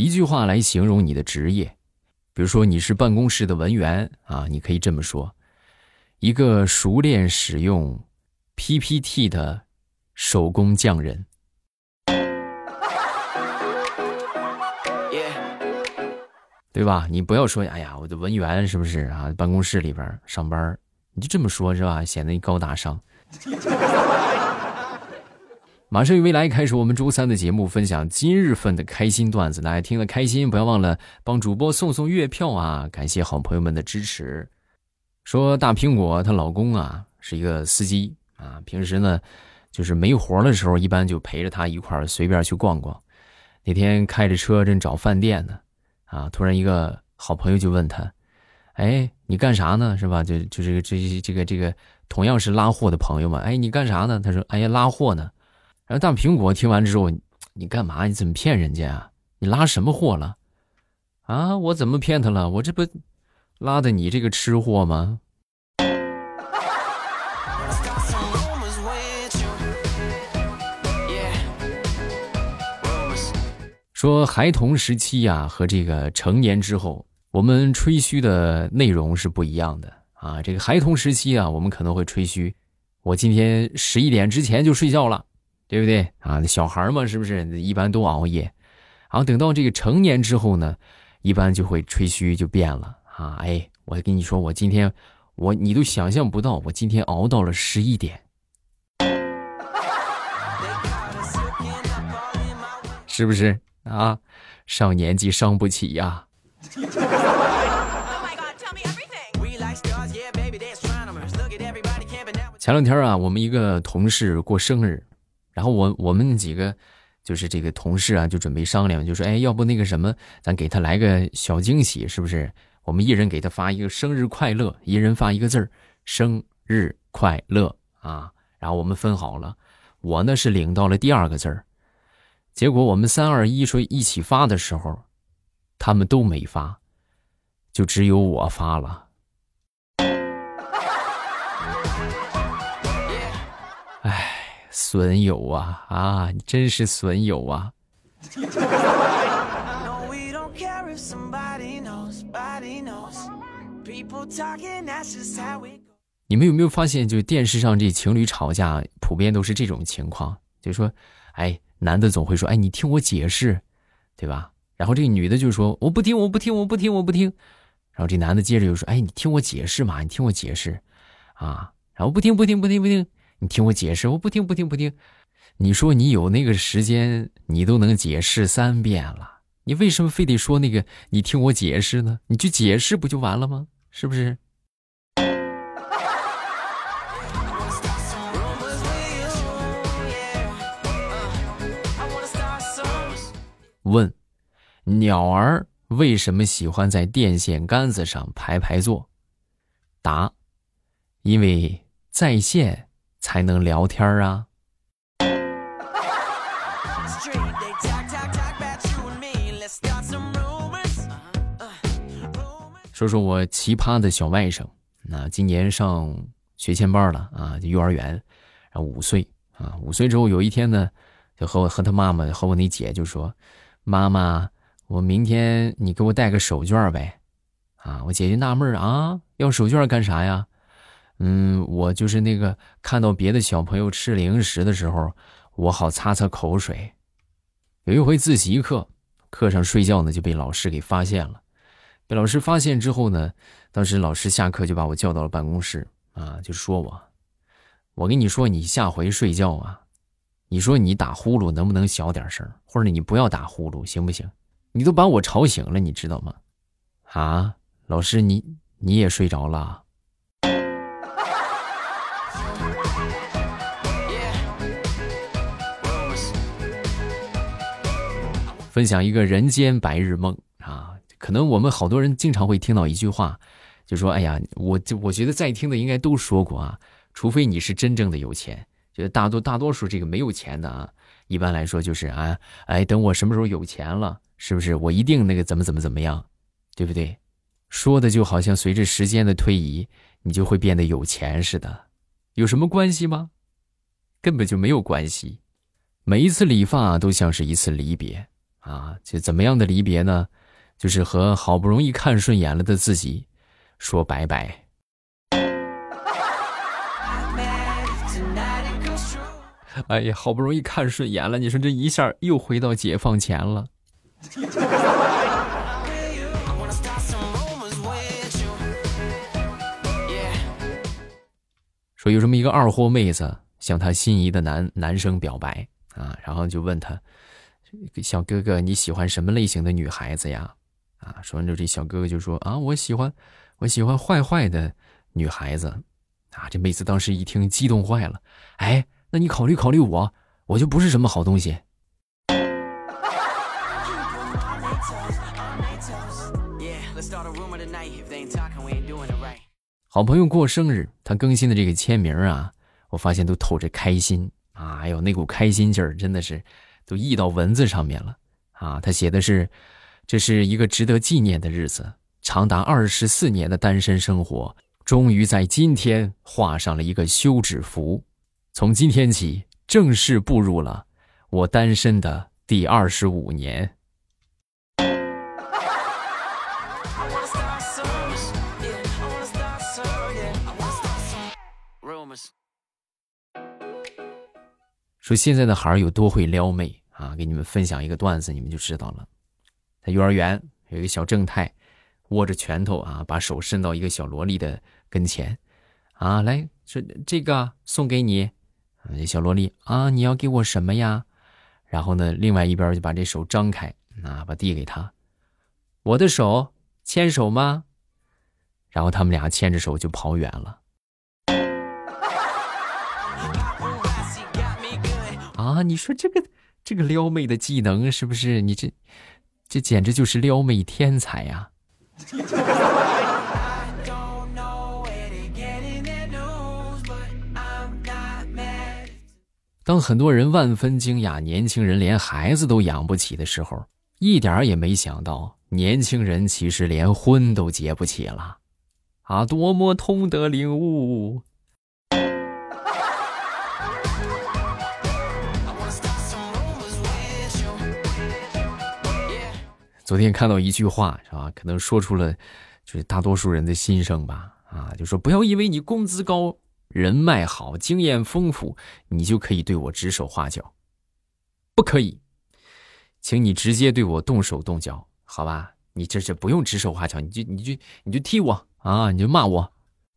一句话来形容你的职业。比如说你是办公室的文员啊，你可以这么说：一个熟练使用 PPT 的手工匠人。对吧？你不要说哎呀我的文员是不是啊，办公室里边上班，你就这么说是吧，显得你高大上。马上与未来开始我们周三的节目，分享今日份的开心段子，大家听了开心不要忘了帮主播送月票啊，感谢好朋友们的支持。说大苹果她老公啊是一个司机啊，平时呢就是没活的时候一般就陪着她一块儿随便去逛逛。那天开着车正找饭店呢啊，突然一个好朋友就问他：哎，你干啥呢？是吧？就是这个同样是拉货的朋友嘛。哎，你干啥呢？他说：哎呀，拉货呢。然后大苹果听完之后，你干嘛？你怎么骗人家啊？你拉什么货了？啊，我怎么骗他了？我这不拉的你这个吃货吗？说孩童时期啊和这个成年之后，我们吹嘘的内容是不一样的啊。这个孩童时期啊，我们可能会吹嘘我今天11点之前就睡觉了，对不对啊？小孩嘛，是不是一般都熬夜？然后等到这个成年之后呢，一般就会吹嘘就变了啊。哎，我跟你说，我今天你都想象不到，我今天熬到了11点，是不是啊？上年纪伤不起呀。前两天啊，我们一个同事过生日，然后我们几个就是这个同事啊，就准备商量，就说哎，要不那个什么，咱给他来个小惊喜，是不是？我们一人给他发一个生日快乐，一人发一个字儿，生日快乐啊。然后我们分好了，我呢是领到了第2个字儿，结果我们3、2、1说一起发的时候，他们都没发，就只有我发了。唉，损友啊啊，你真是损友啊！你们有没有发现，就电视上这情侣吵架，普遍都是这种情况，就说，哎，男的总会说，哎，你听我解释，对吧？然后这个女的就说，我不听，我不听，我不听，我不听。然后这男的接着就说，哎，你听我解释嘛，你听我解释，啊，然后不听，不听，不听，不听。你听我解释，我不听不听不听。你说你有那个时间，你都能解释3遍了，你为什么非得说那个你听我解释呢？你去解释不就完了吗？是不是？问：鸟儿为什么喜欢在电线杆子上排坐？答：因为在线才能聊天啊。说说我奇葩的小外甥，那今年上学前班了啊，就幼儿园，然后5岁啊，5岁之后有一天呢，就和他妈妈和我那姐就说，妈妈，我明天你给我带个手绢呗。啊，我姐姐纳闷啊，要手绢干啥呀？我就是那个看到别的小朋友吃零食的时候，我好擦擦口水。有一回自习课上睡觉呢，就被老师给发现了。被老师发现之后呢，当时老师下课就把我叫到了办公室啊，就说我跟你说，你下回睡觉啊，你说你打呼噜能不能小点声，或者你不要打呼噜行不行？你都把我吵醒了，你知道吗？啊，老师你也睡着了？分享一个人间白日梦啊，可能我们好多人经常会听到一句话，就说哎呀，我觉得在听的应该都说过啊，除非你是真正的有钱，觉得大多数这个没有钱的啊，一般来说就是啊，哎，等我什么时候有钱了，是不是我一定那个怎么样，对不对？说的就好像随着时间的推移，你就会变得有钱似的，有什么关系吗？根本就没有关系。每一次理发都像是一次离别啊，就怎么样的离别呢？就是和好不容易看顺眼了的自己说拜拜。哎呀，好不容易看顺眼了，你说这一下又回到解放前了。说有这么一个二货妹子向他心仪的男生表白啊，然后就问他，小哥哥你喜欢什么类型的女孩子呀？啊，说完之后这小哥哥就说啊，我喜欢坏坏的女孩子。啊，这妹子当时一听激动坏了，哎，那你考虑考虑我就不是什么好东西。好朋友过生日，他更新的这个签名啊，我发现都透着开心啊，哎呦那股开心劲儿真的是都溢到文字上面了啊。他写的是，这是一个值得纪念的日子，长达24年的单身生活终于在今天画上了一个休止符，从今天起正式步入了我单身的第25年。说现在的孩儿有多会撩妹啊，给你们分享一个段子你们就知道了。在幼儿园有一个小正太握着拳头啊，把手伸到一个小萝莉的跟前啊，来，这个送给你。小萝莉啊，你要给我什么呀？然后呢，另外一边就把这手张开啊，把递给他。我的手，牵手吗？然后他们俩牵着手就跑远了。啊，你说这个撩妹的技能是不是？你这简直就是撩妹天才呀！当很多人万分惊讶年轻人连孩子都养不起的时候，一点也没想到年轻人其实连婚都结不起了啊！多么痛的领悟！昨天看到一句话是吧，可能说出了就是大多数人的心声吧啊，就说不要以为你工资高、人脉好、经验丰富，你就可以对我指手画脚，不可以，请你直接对我动手动脚，好吧？你这不用指手画脚，你就踢我啊，你就骂我。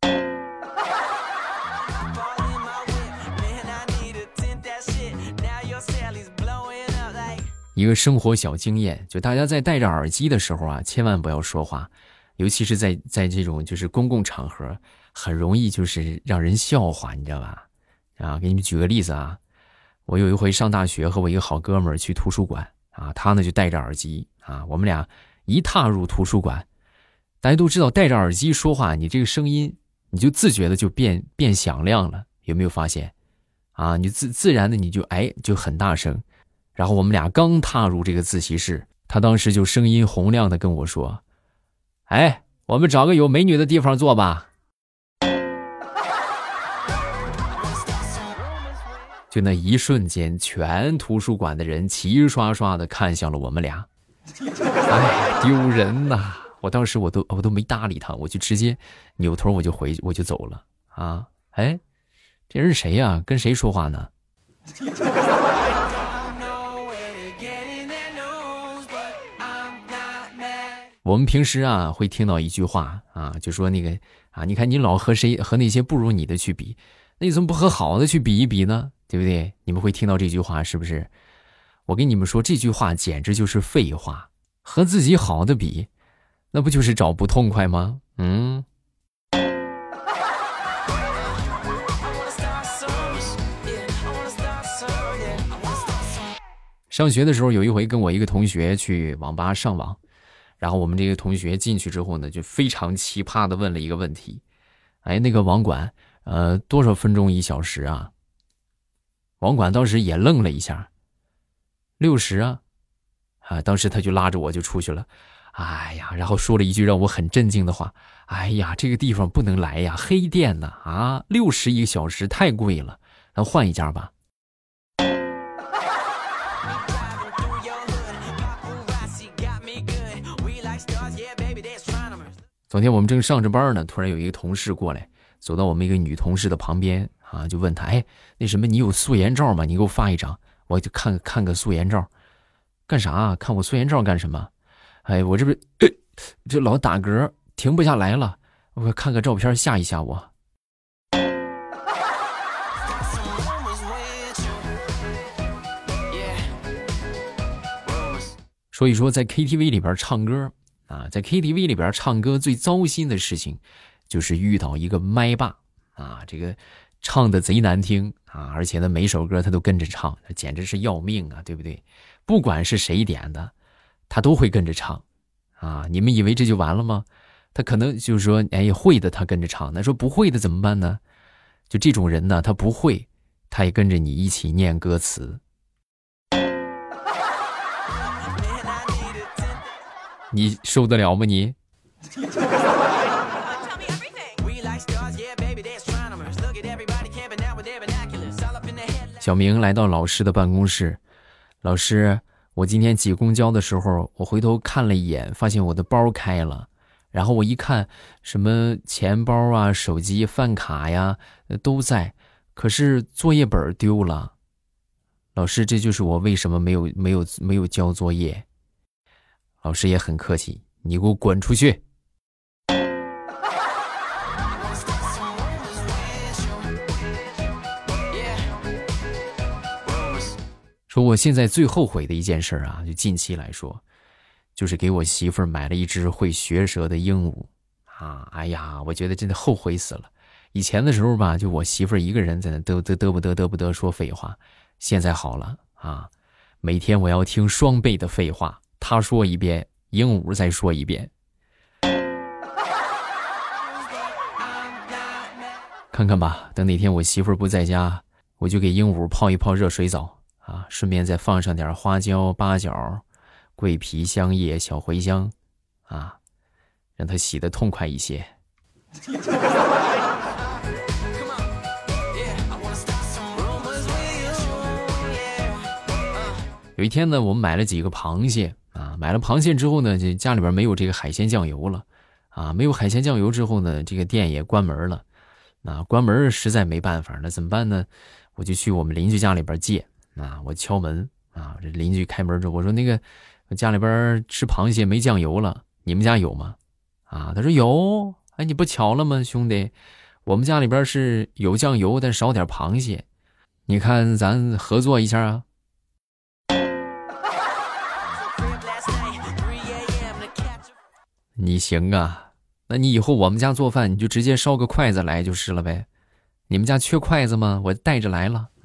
一个生活小经验，就大家在戴着耳机的时候啊，千万不要说话，尤其是在这种就是公共场合，很容易就是让人笑话，你知道吧？啊，给你们举个例子啊，我有一回上大学和我一个好哥们儿去图书馆啊，他呢就戴着耳机啊，我们俩一踏入图书馆，大家都知道戴着耳机说话，你这个声音你就自觉的就变响亮了，有没有发现？啊，你自然的你就很大声。然后我们俩刚踏入这个自习室，他当时就声音洪亮的跟我说，哎，我们找个有美女的地方坐吧。就那一瞬间，全图书馆的人齐刷刷的看向了我们俩。哎，丢人呐！我当时我都没搭理他，我就直接扭头我就走了啊！哎，这人是谁呀？跟谁说话呢？我们平时啊会听到一句话啊，就说那个啊，你看你老和那些不如你的去比，那你怎么不和好的去比一比呢？对不对？你们会听到这句话是不是？我跟你们说，这句话简直就是废话，和自己好的比，那不就是找不痛快吗？嗯。上学的时候有一回跟我一个同学去网吧上网，然后我们这个同学进去之后呢，就非常奇葩的问了一个问题，哎，那个网管多少分钟1小时啊？网管当时也愣了一下，60啊。当时他就拉着我就出去了，哎呀，然后说了一句让我很震惊的话，哎呀，这个地方不能来呀，黑店呢啊，60一个小时太贵了，咱换一家吧。 昨天我们正上着班呢，突然有一个同事过来，走到我们一个女同事的旁边啊，就问她，哎，那什么，你有素颜照吗？你给我发一张，我就看个素颜照。干啥啊？看我素颜照干什么？哎，我这不是这老打嗝，停不下来了，我看个照片吓一吓我。所以说在 KTV 里边唱歌啊，在 KTV 里边唱歌最糟心的事情就是遇到一个麦霸啊，这个唱的贼难听啊，而且呢每首歌他都跟着唱，简直是要命啊，对不对？不管是谁点的，他都会跟着唱啊。你们以为这就完了吗？他可能就是说，哎，会的他跟着唱，那说不会的怎么办呢？就这种人呢，他不会，他也跟着你一起念歌词。你受得了吗你？小明来到老师的办公室，老师，我今天挤公交的时候，我回头看了一眼，发现我的包开了，然后我一看，什么钱包啊、手机、饭卡呀都在，可是作业本丢了。老师，这就是我为什么没有交作业。老师也很客气，你给我滚出去。说我现在最后悔的一件事啊，就近期来说，就是给我媳妇儿买了一只会学舌的鹦鹉啊！哎呀，我觉得真的后悔死了。以前的时候吧，就我媳妇儿一个人在那嘚不得说废话，现在好了啊，每天我要听双倍的废话，她说一遍，鹦鹉再说一遍。看看吧，等哪天我媳妇儿不在家，我就给鹦鹉泡一泡热水澡啊，顺便再放上点花椒、八角、桂皮、香叶、小茴香啊，让它洗得痛快一些。有一天呢，我们买了几个螃蟹啊，买了螃蟹之后呢，这家里边没有这个海鲜酱油了啊，没有海鲜酱油之后呢，这个店也关门了。那关门实在没办法，那怎么办呢？我就去我们邻居家里边借啊，我敲门啊，这邻居开门之后，我说那个家里边吃螃蟹没酱油了，你们家有吗？啊，他说有，哎，你不巧了吗，兄弟？我们家里边是有酱油，但少点螃蟹，你看咱合作一下啊。你行啊，那你以后我们家做饭你就直接烧个筷子来就是了呗。你们家缺筷子吗？我带着来了。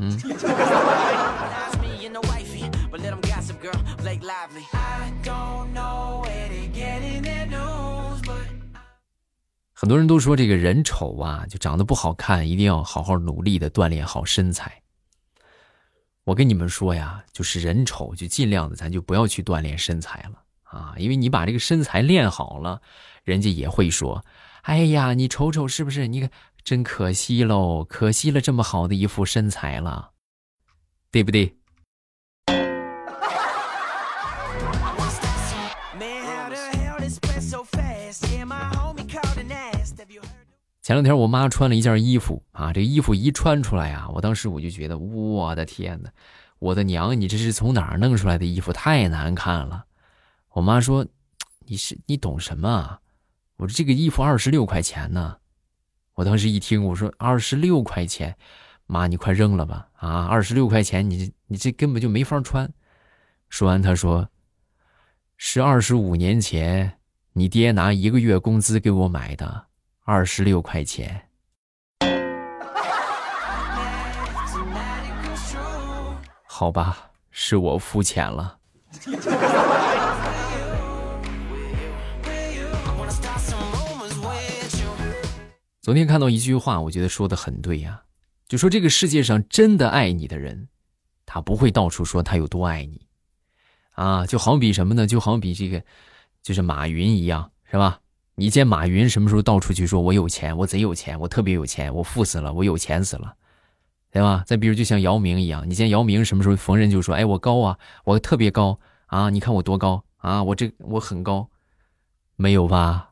很多人都说这个人丑啊，就长得不好看，一定要好好努力的锻炼好身材。我跟你们说呀，就是人丑就尽量的咱就不要去锻炼身材了啊，因为你把这个身材练好了，人家也会说，哎呀，你瞅瞅是不是？你看真可惜喽，可惜了这么好的一副身材了，对不对？前两天我妈穿了一件衣服啊，这衣服一穿出来啊，我当时我就觉得，我的天哪，我的娘，你这是从哪儿弄出来的衣服，太难看了。我妈说，你懂什么啊？我说这个衣服26块钱呢。我当时一听，我说26块钱，妈你快扔了吧啊！26块钱你这根本就没法穿。说完她说，是25年前你爹拿1个月工资给我买的，26块钱。好吧，是我肤浅了。昨天看到一句话，我觉得说得很对呀，就说这个世界上真的爱你的人，他不会到处说他有多爱你啊，就好比什么呢？就好比这个就是马云一样，是吧？你见马云什么时候到处去说我有钱，我贼有钱，我特别有钱，我富死了，我有钱死了，对吧？再比如就像姚明一样，你见姚明什么时候逢人就说，哎，我高啊，我特别高啊，你看我多高啊，我很高没有吧？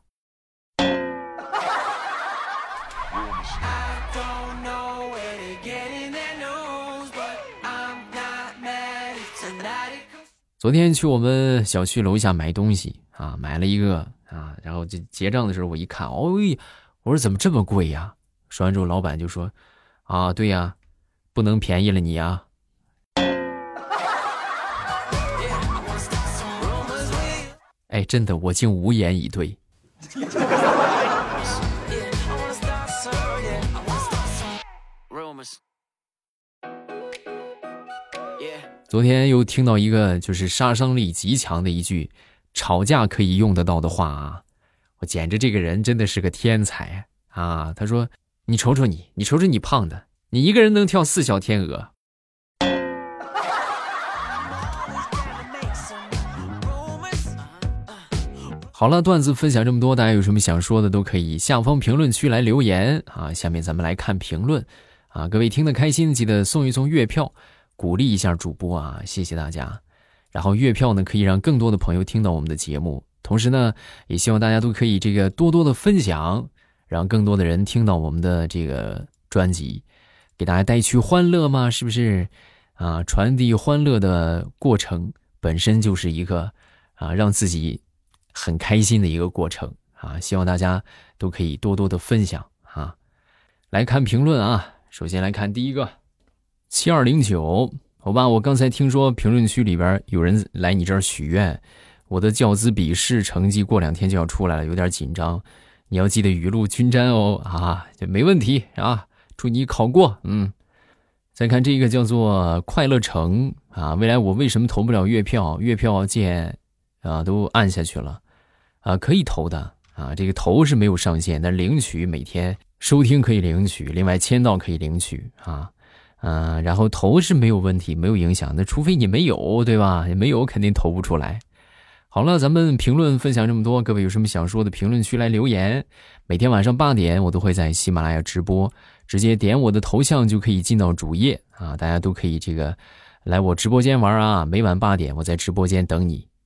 昨天去我们小区楼下买东西啊，买了一个啊，然后就结账的时候我一看，我说怎么这么贵呀？说完之后老板就说啊，对呀，不能便宜了你啊。哎，真的，我竟无言以对。昨天又听到一个就是杀伤力极强的一句吵架可以用得到的话啊，我简直这个人真的是个天才啊！他说：“你瞅瞅你，你瞅瞅你胖的，你一个人能跳4小天鹅。”好了，段子分享这么多，大家有什么想说的都可以下方评论区来留言啊。下面咱们来看评论啊，各位听得开心记得送一送月票。鼓励一下主播啊，谢谢大家。然后月票呢，可以让更多的朋友听到我们的节目，同时呢，也希望大家都可以这个多多的分享，让更多的人听到我们的这个专辑，给大家带去欢乐嘛，是不是啊？传递欢乐的过程本身就是一个让自己很开心的一个过程啊，希望大家都可以多多的分享啊。来看评论啊，首先来看第一个。7209，欧巴，我刚才听说评论区里边有人来你这儿许愿，我的教资笔试成绩过2天就要出来了，有点紧张，你要记得雨露均沾哦啊，这没问题啊，祝你考过。再看这个叫做快乐城啊，未来我为什么投不了月票？月票键啊都按下去了啊，可以投的啊，这个投是没有上限，但领取每天收听可以领取，另外签到可以领取啊。然后投是没有问题，没有影响，那除非你没有，对吧？也没有肯定投不出来。好了，咱们评论分享这么多，各位有什么想说的评论区来留言。每天晚上8点我都会在喜马拉雅直播，直接点我的头像就可以进到主页啊，大家都可以这个来我直播间玩啊，每晚8点我在直播间等你